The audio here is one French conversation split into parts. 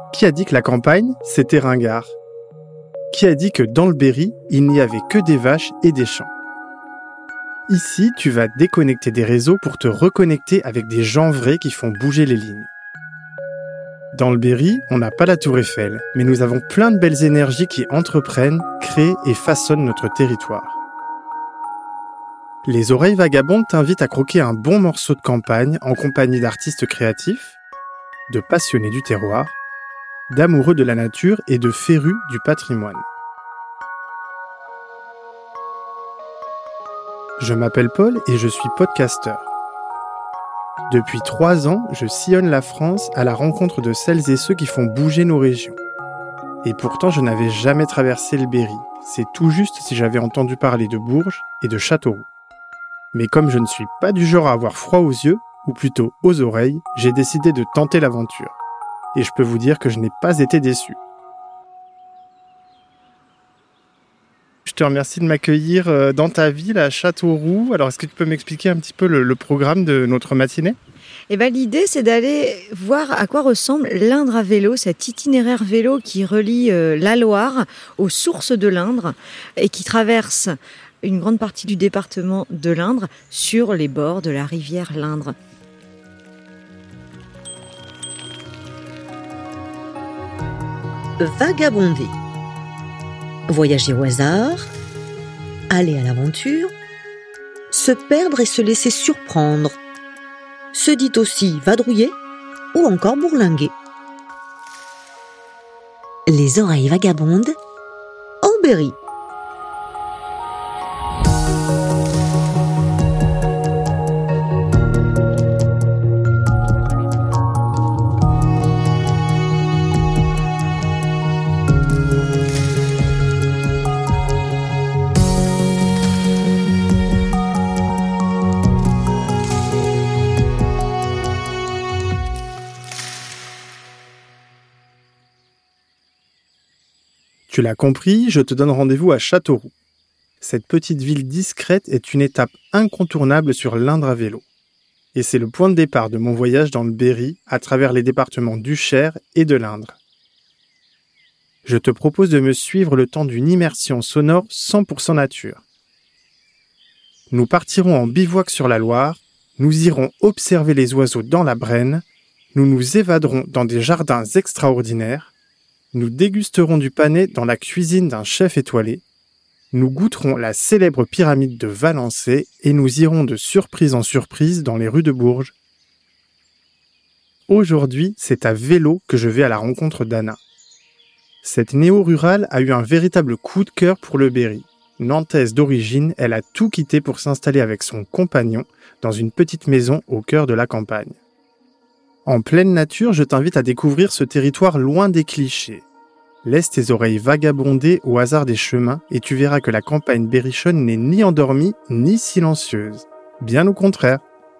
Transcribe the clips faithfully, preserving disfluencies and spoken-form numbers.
Qui a dit que la campagne, c'était ringard ? Qui a dit que dans le Berry, il n'y avait que des vaches et des champs ? Ici, tu vas déconnecter des réseaux pour te reconnecter avec des gens vrais qui font bouger les lignes. Dans le Berry, on n'a pas la Tour Eiffel, mais nous avons plein de belles énergies qui entreprennent, créent et façonnent notre territoire. Les Oreilles Vagabondes t'invitent à croquer un bon morceau de campagne en compagnie d'artistes créatifs, de passionnés du terroir, d'amoureux de la nature et de férus du patrimoine. Je m'appelle Paul et je suis podcasteur. Depuis trois ans, je sillonne la France à la rencontre de celles et ceux qui font bouger nos régions. Et pourtant, je n'avais jamais traversé le Berry. C'est tout juste si j'avais entendu parler de Bourges et de Châteauroux. Mais comme je ne suis pas du genre à avoir froid aux yeux, ou plutôt aux oreilles, j'ai décidé de tenter l'aventure. Et je peux vous dire que je n'ai pas été déçu. Je te remercie de m'accueillir dans ta ville, à Châteauroux. Alors, est-ce que tu peux m'expliquer un petit peu le, le programme de notre matinée ? Eh ben, l'idée, c'est d'aller voir à quoi ressemble l'Indre à vélo, cet itinéraire vélo qui relie euh, la Loire aux sources de l'Indre et qui traverse une grande partie du département de l'Indre sur les bords de la rivière l'Indre. Vagabonder. Voyager au hasard, aller à l'aventure, se perdre et se laisser surprendre. Se dit aussi vadrouiller ou encore bourlinguer. Les Oreilles Vagabondes au Berry. Tu l'as compris, je te donne rendez-vous à Châteauroux. Cette petite ville discrète est une étape incontournable sur l'Indre à vélo. Et c'est le point de départ de mon voyage dans le Berry à travers les départements du Cher et de l'Indre. Je te propose de me suivre le temps d'une immersion sonore cent pour cent nature. Nous partirons en bivouac sur la Loire, nous irons observer les oiseaux dans la Brenne, nous nous évaderons dans des jardins extraordinaires, nous dégusterons du panais dans la cuisine d'un chef étoilé, nous goûterons la célèbre pyramide de Valençay et nous irons de surprise en surprise dans les rues de Bourges. Aujourd'hui, c'est à vélo que je vais à la rencontre d'Anna. Cette néo-rurale a eu un véritable coup de cœur pour le Berry. Nantaise d'origine, elle a tout quitté pour s'installer avec son compagnon dans une petite maison au cœur de la campagne. En pleine nature, je t'invite à découvrir ce territoire loin des clichés. Laisse tes oreilles vagabonder au hasard des chemins et tu verras que la campagne berrichonne n'est ni endormie ni silencieuse. Bien au contraire.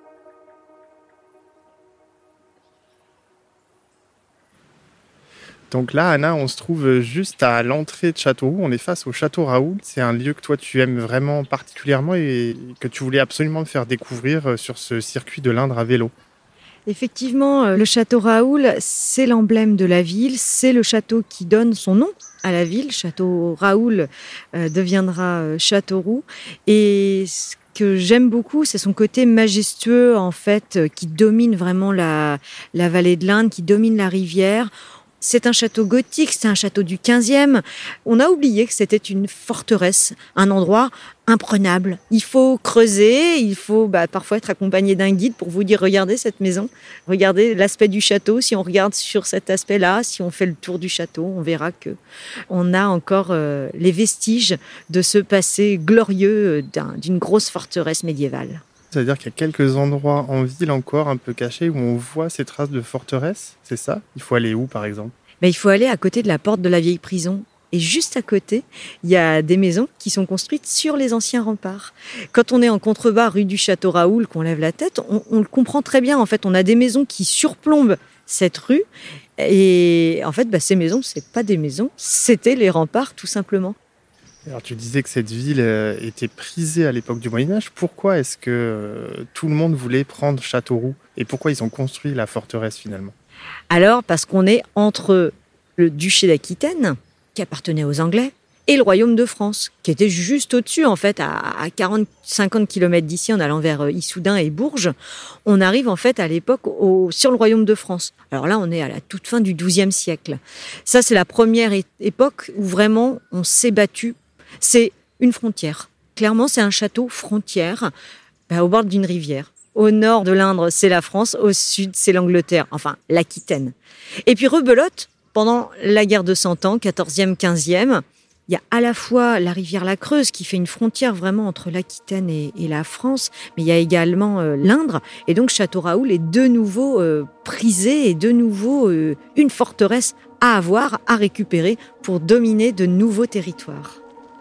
Donc là, Anna, on se trouve juste à l'entrée de Châteauroux. On est face au Château Raoul. C'est un lieu que toi, tu aimes vraiment particulièrement et que tu voulais absolument me faire découvrir sur ce circuit de l'Indre à vélo. Effectivement, le château Raoul, c'est l'emblème de la ville, c'est le château qui donne son nom à la ville. Château Raoul euh, deviendra euh, Châteauroux. Et ce que j'aime beaucoup, c'est son côté majestueux, en fait, euh, qui domine vraiment la, la vallée de l'Indre, qui domine la rivière. C'est un château gothique, c'est un château du quinzième. On a oublié que c'était une forteresse, un endroit imprenable. Il faut creuser, il faut bah, parfois être accompagné d'un guide pour vous dire « Regardez cette maison, regardez l'aspect du château. » Si on regarde sur cet aspect-là, si on fait le tour du château, on verra que on a encore euh, les vestiges de ce passé glorieux d'un, d'une grosse forteresse médiévale. C'est-à-dire qu'il y a quelques endroits en ville encore un peu cachés où on voit ces traces de forteresse, c'est ça ? Il faut aller où, par exemple ? Ben, il faut aller à côté de la porte de la vieille prison. Et juste à côté, il y a des maisons qui sont construites sur les anciens remparts. Quand on est en contrebas, rue du Château Raoul, qu'on lève la tête, on, on le comprend très bien. En fait, on a des maisons qui surplombent cette rue. Et en fait, ben, ces maisons, c'est pas des maisons, c'était les remparts, tout simplement. Alors tu disais que cette ville était prisée à l'époque du Moyen-Âge. Pourquoi est-ce que tout le monde voulait prendre Châteauroux ? Et pourquoi ils ont construit la forteresse finalement ? Alors, parce qu'on est entre le duché d'Aquitaine, qui appartenait aux Anglais, et le royaume de France, qui était juste au-dessus, en fait, à quarante à cinquante kilomètres d'ici, en allant vers Issoudun et Bourges. On arrive, en fait, à l'époque, au, sur le royaume de France. Alors là, on est à la toute fin du douzième siècle. Ça, c'est la première é- époque où vraiment on s'est battu. C'est une frontière. Clairement, c'est un château frontière, bah, au bord d'une rivière. Au nord de l'Indre, c'est la France. Au sud, c'est l'Angleterre. Enfin, l'Aquitaine. Et puis, rebelote, pendant la guerre de Cent Ans, quatorzième, quinzième, il y a à la fois la rivière la Creuse qui fait une frontière vraiment entre l'Aquitaine et, et la France, mais il y a également euh, l'Indre. Et donc Château-Raoul est de nouveau euh, prisé et de nouveau euh, une forteresse à avoir, à récupérer pour dominer de nouveaux territoires.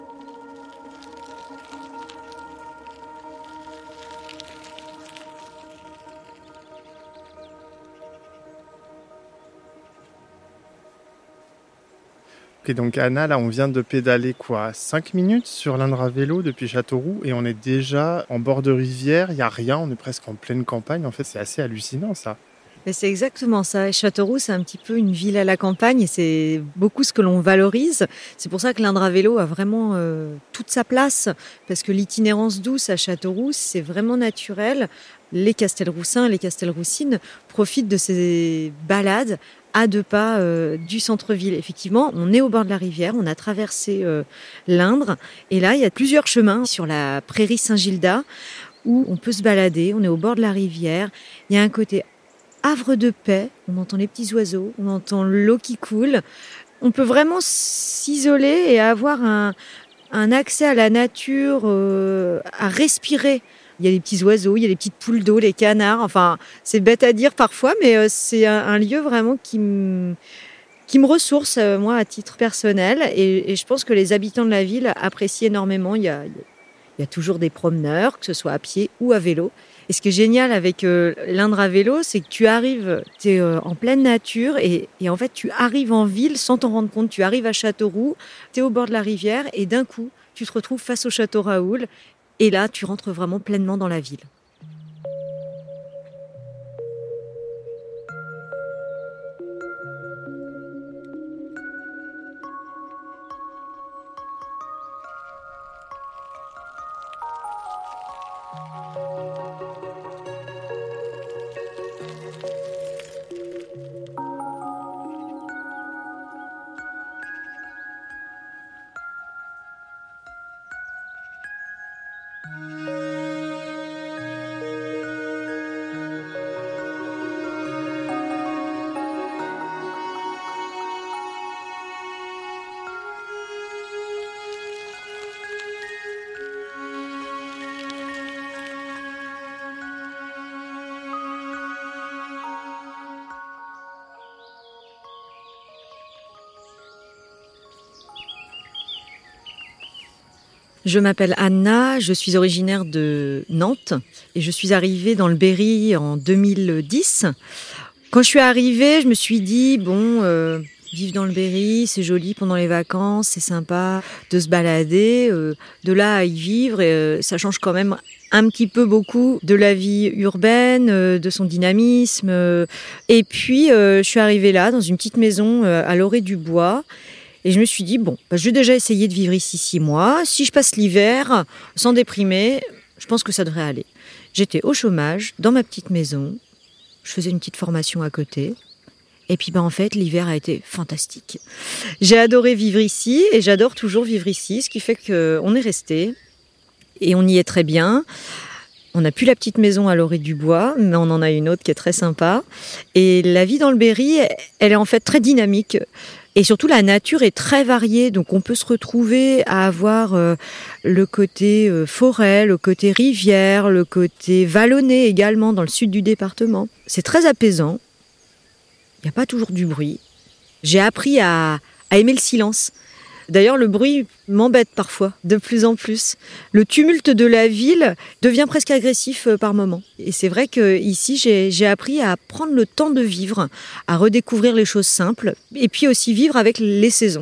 Et donc Anna, là on vient de pédaler quoi, cinq minutes sur l'Indre à vélo depuis Châteauroux et on est déjà en bord de rivière, il n'y a rien, on est presque en pleine campagne, en fait c'est assez hallucinant ça. Mais c'est exactement ça. Et Châteauroux, c'est un petit peu une ville à la campagne et c'est beaucoup ce que l'on valorise. C'est pour ça que l'Indre à vélo a vraiment euh, toute sa place, parce que l'itinérance douce à Châteauroux, c'est vraiment naturel. Les Castelroussins, les Castelroussines profitent de ces balades à deux pas euh, du centre-ville. Effectivement, on est au bord de la rivière, on a traversé euh, l'Indre et là, il y a plusieurs chemins sur la prairie Saint-Gildas où on peut se balader, on est au bord de la rivière. Il y a un côté havre de paix, on entend les petits oiseaux, on entend l'eau qui coule. On peut vraiment s'isoler et avoir un, un accès à la nature, euh, à respirer. Il y a des petits oiseaux, il y a des petites poules d'eau, les canards. Enfin, c'est bête à dire parfois, mais euh, c'est un, un lieu vraiment qui me, qui me ressource, euh, moi, à titre personnel. Et, et je pense que les habitants de la ville apprécient énormément. Il y a, il y a toujours des promeneurs, que ce soit à pied ou à vélo. Et ce qui est génial avec euh, l'Indre à vélo, c'est que tu arrives, tu es euh, en pleine nature et, et en fait, tu arrives en ville sans t'en rendre compte. Tu arrives à Châteauroux, tu es au bord de la rivière et d'un coup, tu te retrouves face au château Raoul. Et là, tu rentres vraiment pleinement dans la ville. Je m'appelle Anna, je suis originaire de Nantes et je suis arrivée dans le Berry en deux mille dix. Quand je suis arrivée, je me suis dit, bon, euh, vivre dans le Berry, c'est joli pendant les vacances, c'est sympa de se balader. Euh, de là à y vivre, et, euh, ça change quand même un petit peu beaucoup de la vie urbaine, euh, de son dynamisme. Euh, et puis, euh, je suis arrivée là, dans une petite maison euh, à l'orée du bois. Et je me suis dit, bon, bah, je vais déjà essayer de vivre ici six mois. Si je passe l'hiver sans déprimer, je pense que ça devrait aller. J'étais au chômage, dans ma petite maison. Je faisais une petite formation à côté. Et puis, bah, en fait, l'hiver a été fantastique. J'ai adoré vivre ici et j'adore toujours vivre ici, ce qui fait qu'on est resté. Et on y est très bien. On n'a plus la petite maison à l'orée du bois, mais on en a une autre qui est très sympa. Et la vie dans le Berry, elle est en fait très dynamique. Et surtout, la nature est très variée, donc on peut se retrouver à avoir euh, le côté euh, forêt, le côté rivière, le côté vallonné également dans le sud du département. C'est très apaisant, il n'y a pas toujours du bruit. J'ai appris à, à aimer le silence. D'ailleurs, le bruit m'embête parfois, de plus en plus. Le tumulte de la ville devient presque agressif par moments. Et c'est vrai qu'ici, j'ai, j'ai appris à prendre le temps de vivre, à redécouvrir les choses simples, et puis aussi vivre avec les saisons.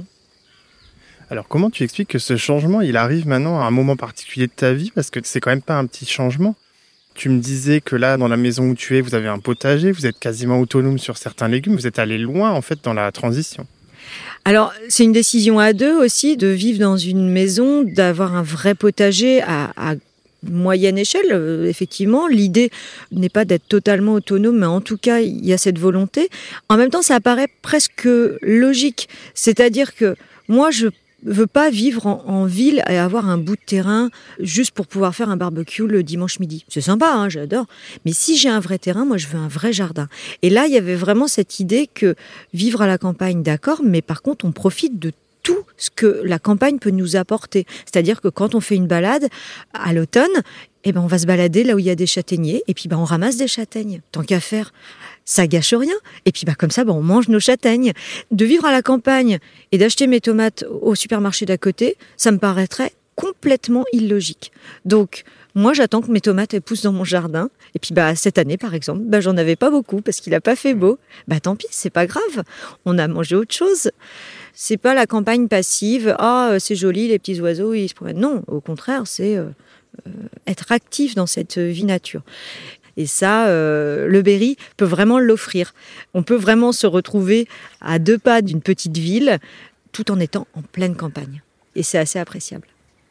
Alors, comment tu expliques que ce changement, il arrive maintenant à un moment particulier de ta vie? Parce que c'est quand même pas un petit changement. Tu me disais que là, dans la maison où tu es, vous avez un potager, vous êtes quasiment autonome sur certains légumes, vous êtes allé loin, en fait, dans la transition. Alors, c'est une décision à deux aussi, de vivre dans une maison, d'avoir un vrai potager à, à moyenne échelle, euh, effectivement. L'idée n'est pas d'être totalement autonome, mais en tout cas, il y a cette volonté. En même temps, ça apparaît presque logique. C'est-à-dire que moi, je veux pas vivre en, en ville et avoir un bout de terrain juste pour pouvoir faire un barbecue le dimanche midi. C'est sympa, hein, j'adore. Mais si j'ai un vrai terrain, moi, je veux un vrai jardin. Et là, il y avait vraiment cette idée que vivre à la campagne, d'accord, mais par contre, on profite de tout ce que la campagne peut nous apporter. C'est-à-dire que quand on fait une balade à l'automne, eh ben, on va se balader là où il y a des châtaigniers et puis ben, on ramasse des châtaignes. Tant qu'à faire, ça gâche rien. Et puis ben, comme ça, ben, on mange nos châtaignes. De vivre à la campagne et d'acheter mes tomates au supermarché d'à côté, ça me paraîtrait complètement illogique. Donc, moi, j'attends que mes tomates elles poussent dans mon jardin. Et puis, bah, cette année, par exemple, bah, j'en avais pas beaucoup parce qu'il a pas fait beau. Bah, tant pis, c'est pas grave. On a mangé autre chose. C'est pas la campagne passive. Ah, c'est joli, les petits oiseaux, ils se promènent. Non, au contraire, c'est euh, euh, être actif dans cette vie nature. Et ça, euh, le Berry peut vraiment l'offrir. On peut vraiment se retrouver à deux pas d'une petite ville, tout en étant en pleine campagne. Et c'est assez appréciable.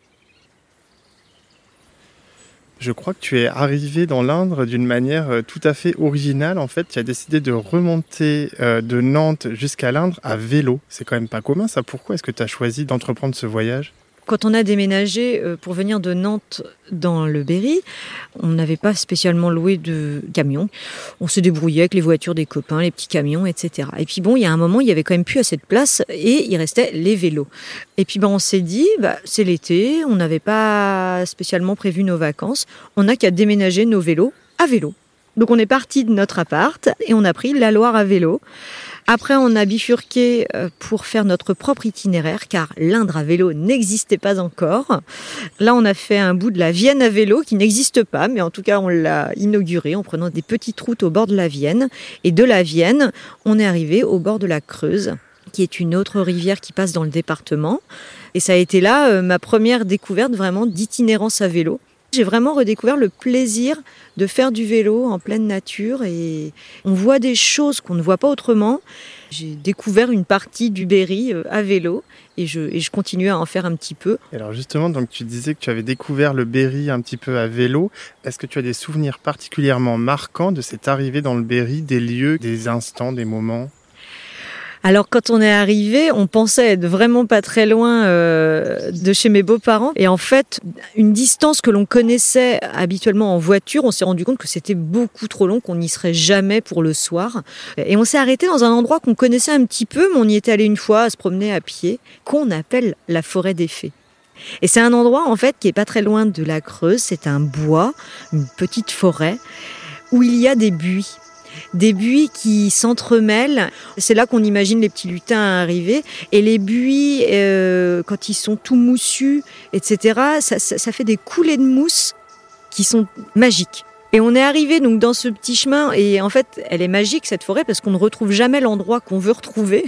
Je crois que tu es arrivé dans l'Indre d'une manière tout à fait originale. En fait, tu as décidé de remonter euh, de Nantes jusqu'à l'Indre à vélo. C'est quand même pas commun, ça. Pourquoi est-ce que tu as choisi d'entreprendre ce voyage ? Quand on a déménagé pour venir de Nantes dans le Berry, on n'avait pas spécialement loué de camion. On se débrouillait avec les voitures des copains, les petits camions, et cetera. Et puis bon, il y a un moment, il y avait quand même plus assez de place et il restait les vélos. Et puis ben, on s'est dit, bah, c'est l'été, on n'avait pas spécialement prévu nos vacances, on n'a qu'à déménager nos vélos à vélo. Donc on est parti de notre appart et on a pris la Loire à vélo. Après, on a bifurqué pour faire notre propre itinéraire, car l'Indre à vélo n'existait pas encore. Là, on a fait un bout de la Vienne à vélo, qui n'existe pas, mais en tout cas, on l'a inauguré en prenant des petites routes au bord de la Vienne. Et de la Vienne, on est arrivé au bord de la Creuse, qui est une autre rivière qui passe dans le département. Et ça a été là euh, ma première découverte vraiment d'itinérance à vélo. J'ai vraiment redécouvert le plaisir de faire du vélo en pleine nature et on voit des choses qu'on ne voit pas autrement. J'ai découvert une partie du Berry à vélo et je, et je continue à en faire un petit peu. Alors justement, donc tu disais que tu avais découvert le Berry un petit peu à vélo. Est-ce que tu as des souvenirs particulièrement marquants de cette arrivée dans le Berry, des lieux, des instants, des moments ? Alors quand on est arrivé, on pensait être vraiment pas très loin euh, de chez mes beaux-parents. Et en fait, une distance que l'on connaissait habituellement en voiture, on s'est rendu compte que c'était beaucoup trop long, qu'on n'y serait jamais pour le soir. Et on s'est arrêté dans un endroit qu'on connaissait un petit peu, mais on y était allé une fois à se promener à pied, qu'on appelle la forêt des Fées. Et c'est un endroit en fait qui est pas très loin de la Creuse. C'est un bois, une petite forêt, où il y a des buis. Des buis qui s'entremêlent. C'est là qu'on imagine les petits lutins arriver. Et les buis, euh, quand ils sont tout moussus, et cetera, ça, ça, ça fait des coulées de mousse qui sont magiques. Et on est arrivé donc dans ce petit chemin et en fait, elle est magique cette forêt parce qu'on ne retrouve jamais l'endroit qu'on veut retrouver.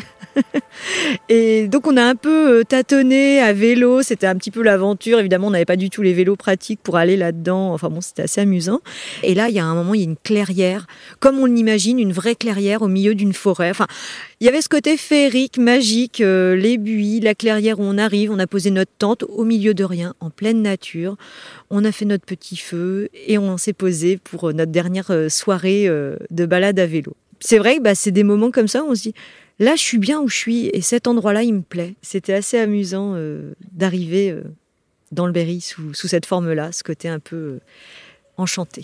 Et donc on a un peu tâtonné à vélo, c'était un petit peu l'aventure. Évidemment, on n'avait pas du tout les vélos pratiques pour aller là-dedans. Enfin bon, c'était assez amusant. Et là, il y a un moment, il y a une clairière, comme on l'imagine, une vraie clairière au milieu d'une forêt. Enfin, il y avait ce côté féerique, magique, euh, les buis, la clairière où on arrive, on a posé notre tente au milieu de rien, en pleine nature. On a fait notre petit feu et on s'est posé pour notre dernière soirée euh, de balade à vélo. C'est vrai que bah, c'est des moments comme ça où on se dit là, je suis bien où je suis et cet endroit-là, il me plaît. C'était assez amusant euh, d'arriver euh, dans le Berry sous, sous cette forme-là, ce côté un peu euh, enchanté.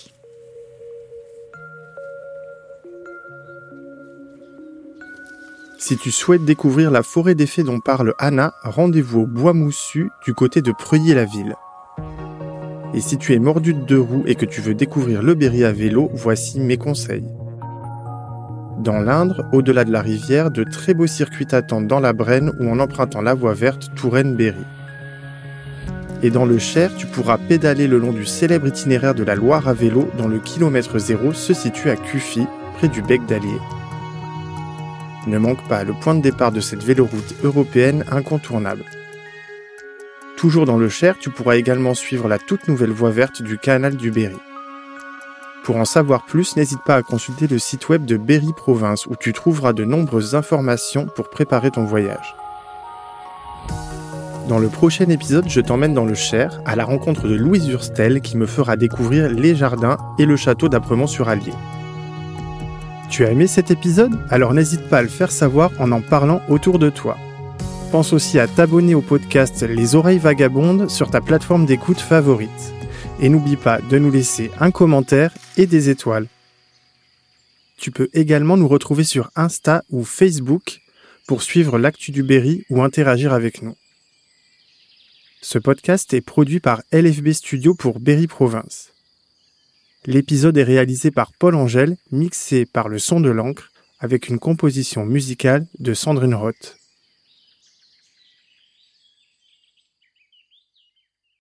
Si tu souhaites découvrir la forêt des Fées dont parle Anna, rendez-vous au Bois Moussu du côté de Preuilly-la-Ville. Et si tu es mordu de deux roues et que tu veux découvrir le Berry à vélo, voici mes conseils. Dans l'Indre, au-delà de la rivière, de très beaux circuits t'attendent dans la Brenne ou en empruntant la voie verte Touraine-Berry. Et dans le Cher, tu pourras pédaler le long du célèbre itinéraire de la Loire à vélo dont le kilomètre zéro se situe à Cuffy, près du Bec d'Allier. Ne manque pas le point de départ de cette véloroute européenne incontournable. Toujours dans le Cher, tu pourras également suivre la toute nouvelle voie verte du canal du Berry. Pour en savoir plus, n'hésite pas à consulter le site web de Berry Province où tu trouveras de nombreuses informations pour préparer ton voyage. Dans le prochain épisode, je t'emmène dans le Cher, à la rencontre de Louise Hurstel qui me fera découvrir les jardins et le château d'Apremont-sur-Allier. Tu as aimé cet épisode ? Alors n'hésite pas à le faire savoir en en parlant autour de toi. Pense aussi à t'abonner au podcast Les Oreilles Vagabondes sur ta plateforme d'écoute favorite. Et n'oublie pas de nous laisser un commentaire et des étoiles. Tu peux également nous retrouver sur Insta ou Facebook pour suivre l'actu du Berry ou interagir avec nous. Ce podcast est produit par L F B Studio pour Berry Province. L'épisode est réalisé par Paul Angèle, mixé par Le Son de l'Ancre, avec une composition musicale de Sandrine Roth.